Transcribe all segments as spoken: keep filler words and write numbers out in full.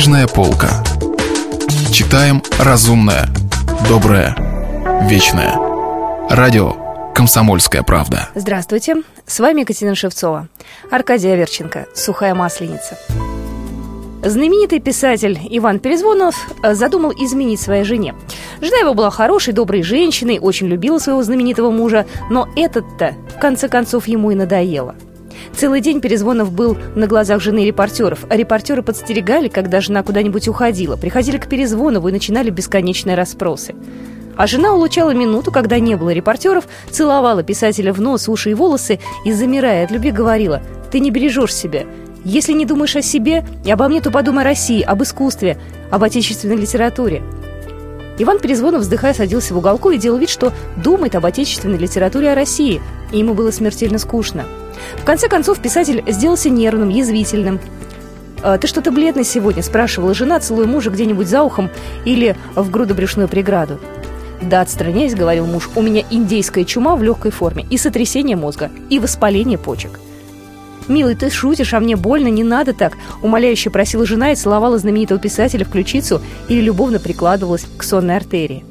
Книжная полка. Читаем разумное, доброе, вечное. Радио «Комсомольская правда». Здравствуйте, с вами Екатерина Шевцова. Аркадий Аверченко, «Сухая масленица». Знаменитый писатель Иван Перезвонов задумал изменить своей жене. Жена его была хорошей, доброй женщиной, очень любила своего знаменитого мужа, но этот-то, в конце концов, ему и надоело. Целый день Перезвонов был на глазах жены репортеров, а репортеры подстерегали, когда жена куда-нибудь уходила, приходили к Перезвонову и начинали бесконечные расспросы. А жена улучала минуту, когда не было репортеров, целовала писателя в нос, уши и волосы и, замирая от любви, говорила: «Ты не бережешь себя. Если не думаешь о себе и обо мне, то подумай о России, об искусстве, об отечественной литературе». Иван Перезвонов, вздыхая, садился в уголку и делал вид, что думает об отечественной литературе, о России. И ему было смертельно скучно. В конце концов, писатель сделался нервным, язвительным. «Ты что-то бледный сегодня?» – спрашивала жена, целуя мужа где-нибудь за ухом или в грудобрюшную преграду. «Да, отстраняйся», – говорил муж, – «у меня индейская чума в легкой форме, и сотрясение мозга, и воспаление почек». «Милый, ты шутишь, а мне больно, не надо так», — умоляюще просила жена и целовала знаменитого писателя в ключицу или любовно прикладывалась к сонной артерии.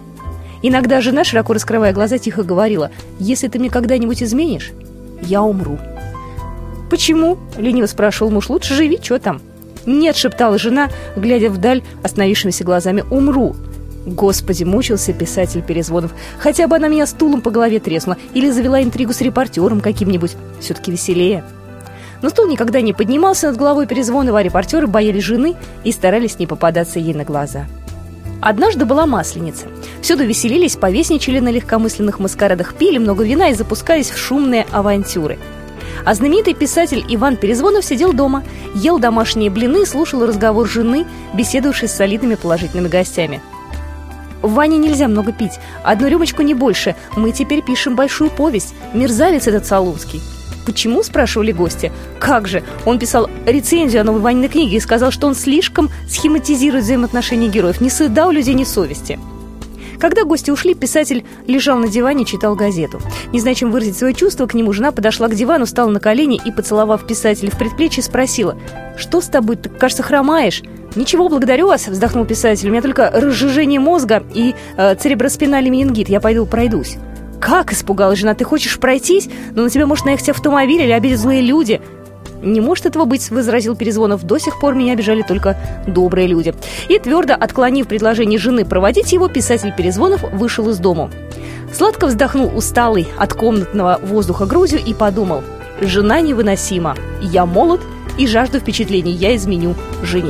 Иногда жена, широко раскрывая глаза, тихо говорила: «Если ты мне когда-нибудь изменишь, я умру». «Почему?» — лениво спрашивал муж. «Лучше живи, что там?» «Нет», — шептала жена, глядя вдаль остановившимися глазами, — «умру». Господи, мучился писатель Перезвонов. Хотя бы она меня стулом по голове треснула или завела интригу с репортером каким-нибудь. Все-таки веселее. Но стул никогда не поднимался над головой Перезвонова, а репортеры боялись жены и старались не попадаться ей на глаза. Однажды была Масленица. Всюду веселились, повесничали на легкомысленных маскарадах, пили много вина и запускались в шумные авантюры. А знаменитый писатель Иван Перезвонов сидел дома, ел домашние блины и слушал разговор жены, беседовавшей с солидными положительными гостями. «В Ване нельзя много пить, одну рюмочку не больше. Мы теперь пишем большую повесть. Мерзавец этот Солунский». «Почему?» – спрашивали гости. «Как же? Он писал рецензию о новой Ваниной книге и сказал, что он слишком схематизирует взаимоотношения героев. Ни стыда у людей, ни совести». Когда гости ушли, писатель лежал на диване и читал газету. Не зная, чем выразить свои чувства, к нему жена подошла к дивану, встала на колени и, поцеловав писателя в предплечье, спросила: «Что с тобой? Ты, кажется, хромаешь». «Ничего, благодарю вас», — вздохнул писатель. «У меня только разжижение мозга и э, цереброспинальный менингит. Я пойду пройдусь». «Как?» — испугалась жена. «Ты хочешь пройтись? Но на тебя может наехать автомобиль или обидеть злые люди». «Не может этого быть», — возразил Перезвонов. «До сих пор меня обижали только добрые люди». И, твердо отклонив предложение жены проводить его, писатель Перезвонов вышел из дому. Сладко вздохнул усталый от комнатного воздуха грудью и подумал: «Жена невыносима. Я молод и жажду впечатлений. Я изменю жене».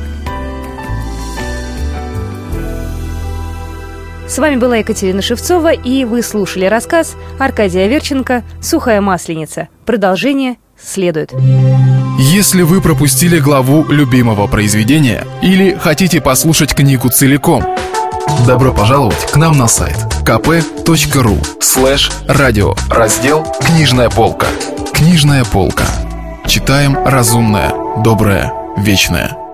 С вами была Екатерина Шевцова, и вы слушали рассказ Аркадия Аверченко «Сухая масленица». Продолжение следует. Если вы пропустили главу любимого произведения или хотите послушать книгу целиком, добро пожаловать к нам на сайт kp.ru слэш радио, раздел «Книжная полка». Книжная полка. Читаем разумное, доброе, вечное.